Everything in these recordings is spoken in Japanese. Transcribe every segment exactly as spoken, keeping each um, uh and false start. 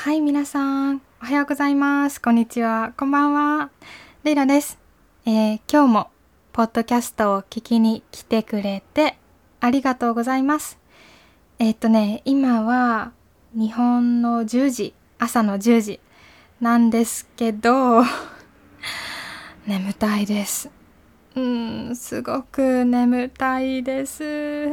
はい、皆さん、おはようございます。こんにちは、こんばんは。レイラです。えー、今日もポッドキャストを聞きに来てくれてありがとうございます。えー、っとね、今は日本のじゅうじ、朝のじゅうじなんですけど、眠たいです。うーん、すごく眠たいです。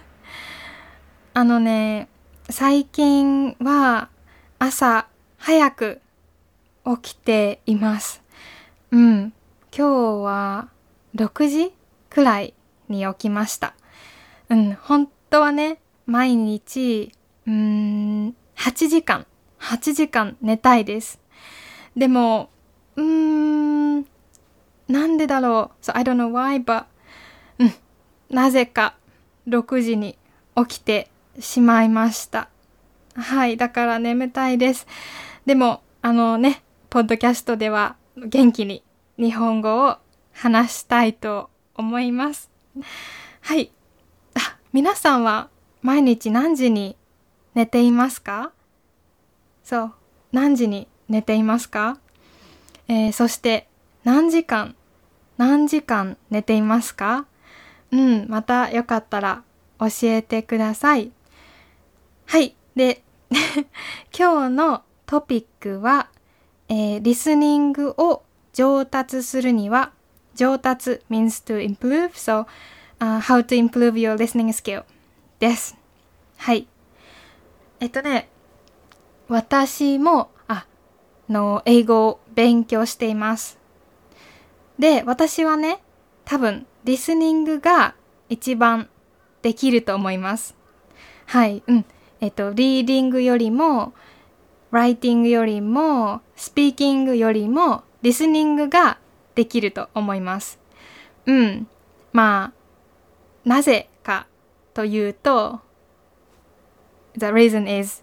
あのね、最近は朝早く起きています。うん。今日はろくじくらいに起きました。うん。本当はね、毎日、うーん、はちじかん、はちじかん寝たいです。でも、うーん、なんでだろう。So I don't know why, but うん。なぜかろくじに起きてしまいました。はい。だから眠たいです。でも、あのね、ポッドキャストでは元気に日本語を話したいと思います。はい。あ、皆さんは毎日何時に寝ていますか？そう。何時に寝ていますか？えー、そして何時間、何時間寝ていますか？うん。またよかったら教えてください。はい。で、今日のトピックは、えー、リスニングを上達するには、上達 means to improve, so、uh, how to improve your listening skill です。はい。えっとね、私も、あ、の、英語を勉強しています。で、私はね、多分、リスニングが一番できると思います。はい、うん。えっと、リーディングよりも、ライティングよりも、スピーキングよりも、リスニングができると思います。うん。まあ、なぜかというと、the reason is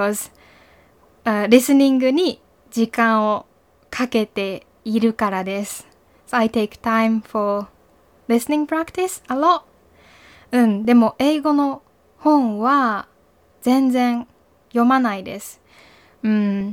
because、uh, リスニングに時間をかけているからです。So I take time for listening practice a lot. うん。でも、英語の本は全然読まないです。うん、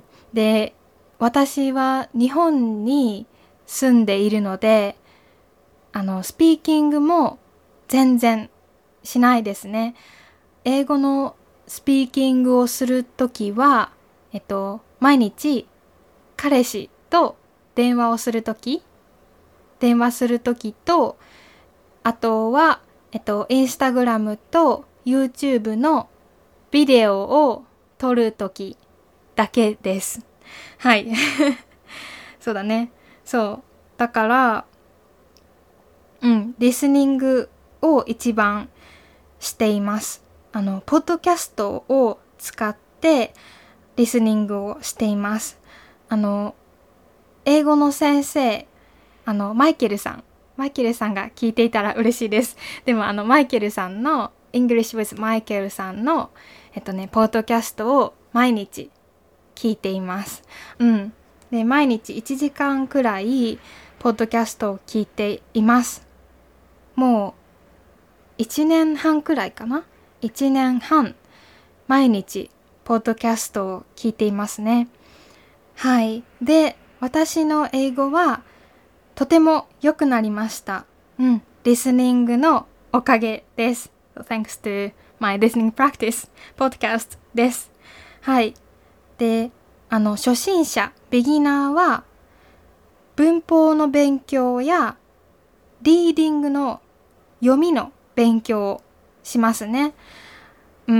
で、私は日本に住んでいるので、あの、スピーキングも全然しないですね。英語のスピーキングをするときは、えっと、毎日彼氏と電話をするとき、電話するときと、あとは、えっと、インスタグラムと YouTube のビデオを撮るとき、だけです。はい。そうだね。そう。だから、うん、リスニングを一番しています。あの、ポッドキャストを使ってリスニングをしています。あの、英語の先生、あの、マイケルさん。マイケルさんが聞いていたら嬉しいです。でも、あの、マイケルさんの、English with マイケルさんの、えっとね、ポッドキャストを毎日聞いています。うん。で、毎日いちじかんくらい、ポッドキャストを聞いています。もう、いちねんはんくらいかな ?いち 年半、毎日、ポッドキャストを聞いていますね。はい。で、私の英語は、とても良くなりました。うん。リスニングのおかげです。So, thanks to my listening practice podcast です。はい。で、あの、初心者、ビギナーは、文法の勉強や、リーディングの読みの勉強をしますね。うん、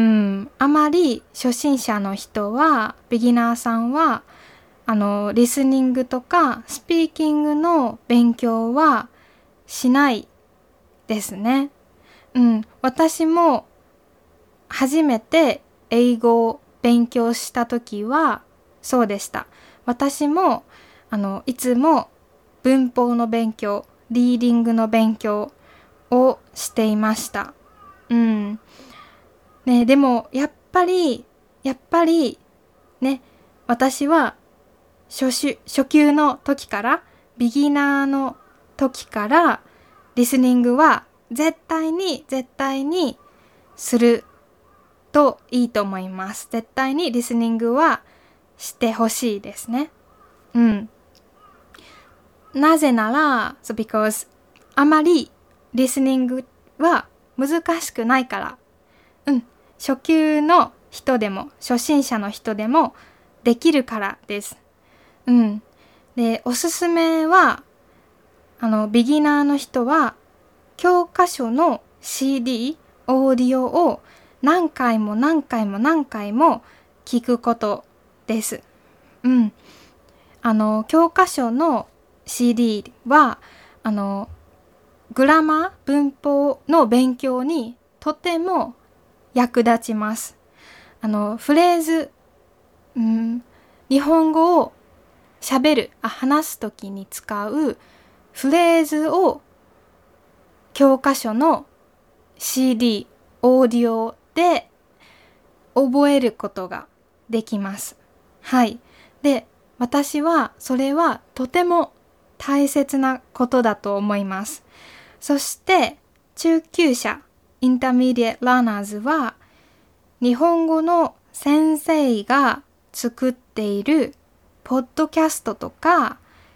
あまり初心者の人は、ビギナーさんは、あの、リスニングとか、スピーキングの勉強はしないですね。うん、私も、初めて英語を勉強したときはそうでした。私もあのいつも文法の勉強、リーディングの勉強をしていました。うん。ね、でもやっぱりやっぱりね、私は初週初級の時からビギナーの時からリスニングは絶対に絶対にするといいと思います。絶対にリスニングはしてほしいですね。うん。なぜなら、so because あまりリスニングは難しくないから。うん。初級の人でも、初心者の人でもできるからです。うん。で、おすすめは、あの、ビギナーの人は、教科書の シーディー、オーディオを何回も何回も何回も聞くことです。うん。あの、教科書の シーディー は、あの、グラマー、文法の勉強にとても役立ちます。あの、フレーズ、うん、日本語を喋る、あ、話すときに使うフレーズを教科書の シーディー、オーディオで覚えることができます。はい。で、私はそれはとても大切なことだと思います。そして中級者、インターミディエイトラーナーズは日本語の先生が作っているポッドキャストとか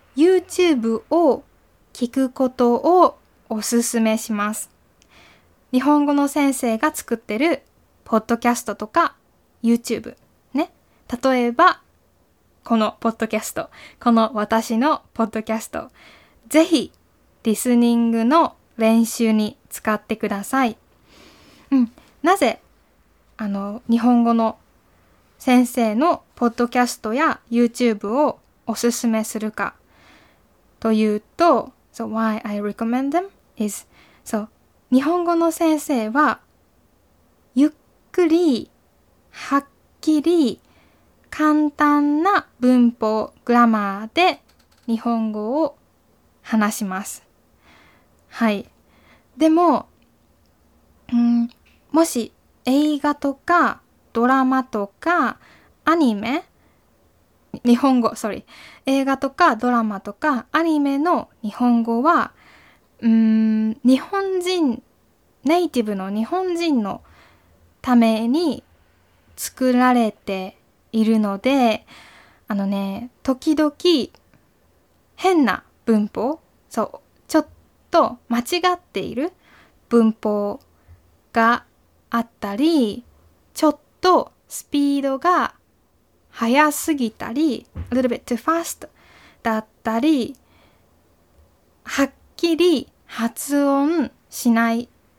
YouTube を聞くことをおすすめします。日本語の先生が作ってるポッドキャストとか YouTube ね。例えばこのポッドキャスト、この私のポッドキャスト、ぜひリスニングの練習に使ってください。うん、なぜあの日本語の先生のポッドキャストや YouTube をおすすめするかというと、so why I recommend them is, so 日本語の先生はゆっくり、はっきり、簡単な文法、グラマーで日本語を話します。はい。でも、うん、もし映画とかドラマとかアニメ、日本語、sorry、映画とかドラマとかアニメの日本語は、うーん、日本人、ネイティブの日本人のために作られているので、あのね、時々変な文法、そう、ちょっと間違っている文法があったり、ちょっとスピードが速すぎたり、a little bit too fast だったり、はっきり発音しない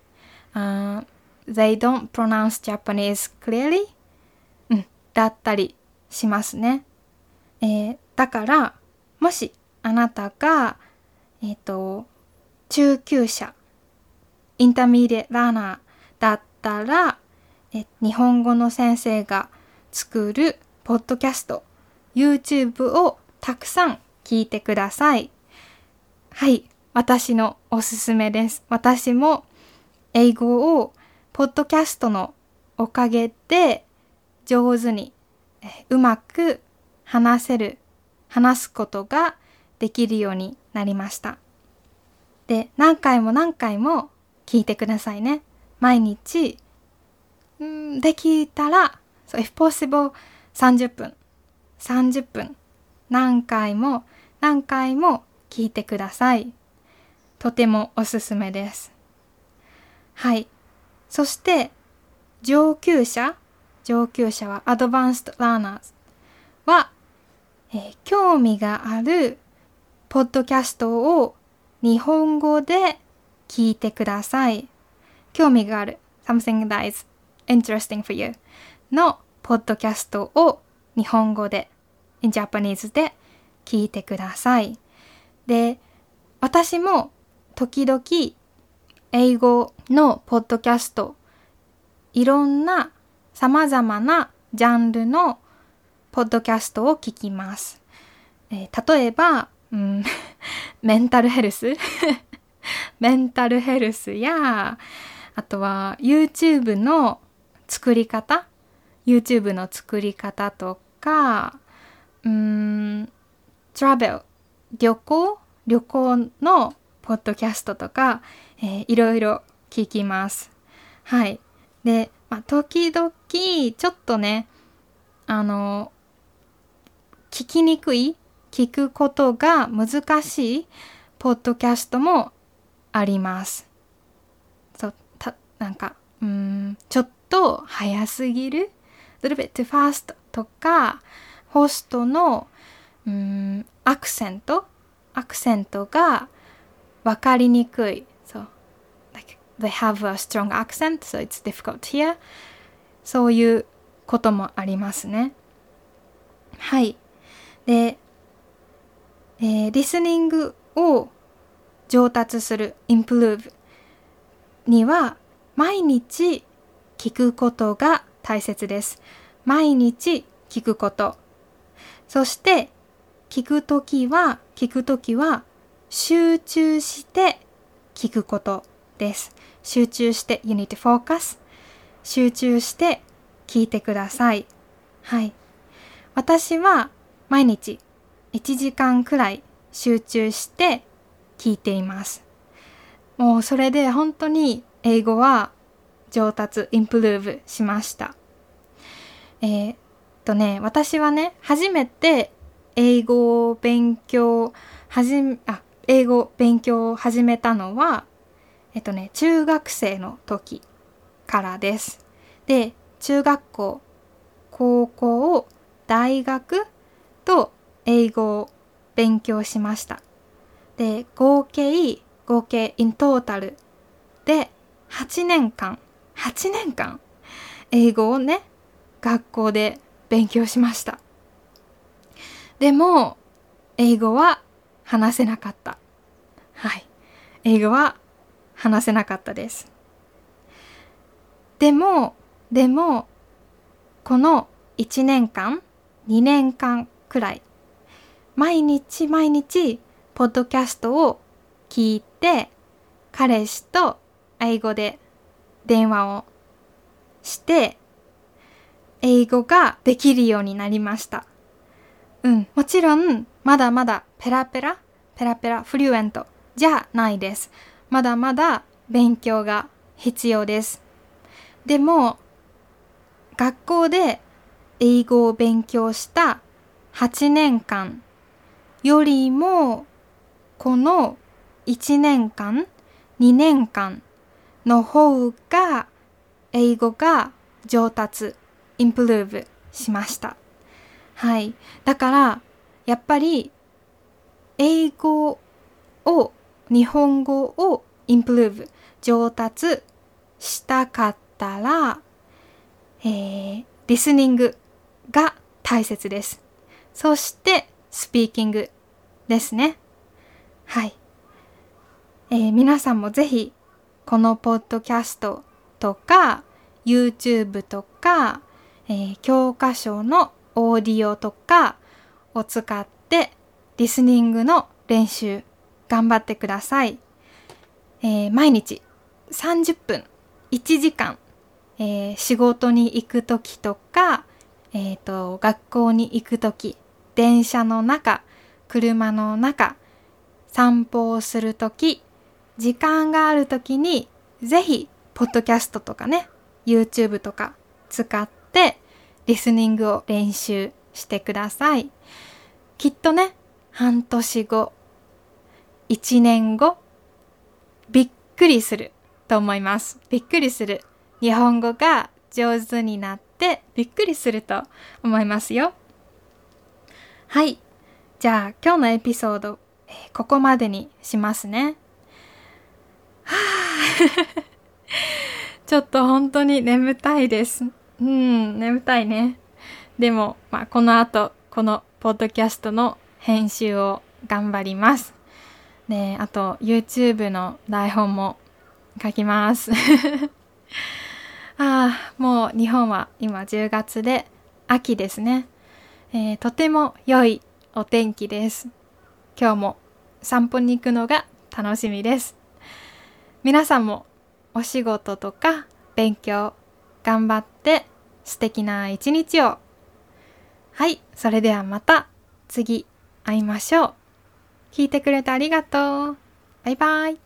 、uh, they don't pronounce Japanese clearly、うん、だったりしますね。えー、だから、もしあなたが、えっと、中級者、インターミディエイトラーナーだったら、え日本語の先生が作るポッドキャスト、YouTube をたくさん聞いてください。はい、私のおすすめです。私も英語をポッドキャストのおかげで上手にうまく話せる、話すことができるようになりました。で、何回も何回も聞いてくださいね。毎日、んできたら、so if possible さんじゅっぷん、さんじゅっぷん、何回も何回も聞いてください。とてもおすすめです。はい。そして、上級者、上級者は Advanced Learners は、えー、興味があるポッドキャストを日本語で聞いてください。興味がある something that is interesting for you のポッドキャストを日本語で in Japanese で聞いてください。で、私も時々英語のポッドキャスト、いろんな様々なジャンルのポッドキャストを聞きます。えー、例えば、うん、メンタルヘルスメンタルヘルスや、あとは YouTube の作り方、YouTube の作り方とか、うーん、travel、旅行、旅行のポッドキャストとか、えー、いろいろ聞きます。はい。で、まあ、時々ちょっとね、あの、 聞きにくい、聞くことが難しいポッドキャストもあります。そう、た、なんか、うーん、ちょっと早すぎる a little bit too fast とか、ホストのうーんアクセントアクセントがわかりにくい。So, like, they have a strong accent, so it's difficult to hear. そういうこともありますね。はい。で、えー、リスニングを上達する improve には毎日聞くことが大切です。毎日聞くこと。そして聞くときは聞くときは集中して聞くことです。集中して you need to focus 集中して聞いてください。はい。私は毎日いちじかんくらい集中して聞いています。もうそれで本当に英語は上達、インプルーブしました。えー、っとね、私はね、初めて英語を勉強、はじめ、あ、英語勉強を始めたのは、えっとね、中学生の時からです。で、中学校、高校、大学と英語を勉強しました。で、合計、合計 in total ではちねんかん、はちねんかん英語をね、学校で勉強しました。でも、英語は話せなかった。はい。英語は話せなかったです。でも、でも、このいちねんかん、にねんかんくらい、毎日毎日、ポッドキャストを聞いて、彼氏と英語で電話をして、英語ができるようになりました。うん、もちろん、まだまだペラペラ、ペラペラ、フリュエントじゃないです。まだまだ勉強が必要です。でも、学校で英語を勉強したはちねんかんよりも、このいちねんかん、にねんかんの方が英語が上達、インプルーブしました。はい。だから、やっぱり英語を、日本語をインプルーブ、上達したかったら、えー、リスニングが大切です。そして、スピーキングですね。はい。えー、皆さんもぜひ、このポッドキャストとか、YouTube とか、えー、教科書のオーディオとかを使って、リスニングの練習、頑張ってください。えー、毎日さんじゅっぷん、いちじかん、えー、仕事に行くときとか、えーと、学校に行くとき、電車の中、車の中、散歩をするとき、時間があるときに、ぜひ、ポッドキャストとかね、YouTube とか使って、リスニングを練習してください。きっとね、半年後、一年後、びっくりすると思います。びっくりする。日本語が上手になってびっくりすると思いますよ。はい。じゃあ今日のエピソード、えー、ここまでにしますね。はぁちょっと本当に眠たいです。うん、眠たいね。でも、まあ、この後、このポッドキャストの編集を頑張ります。で、あと YouTube の台本も書きます。ああ、もう日本は今じゅうがつで秋ですね。えー、とても良いお天気です。今日も散歩に行くのが楽しみです。皆さんもお仕事とか勉強頑張って素敵な一日を。はい、それではまた次会いましょう。聞いてくれてありがとう。バイバイ。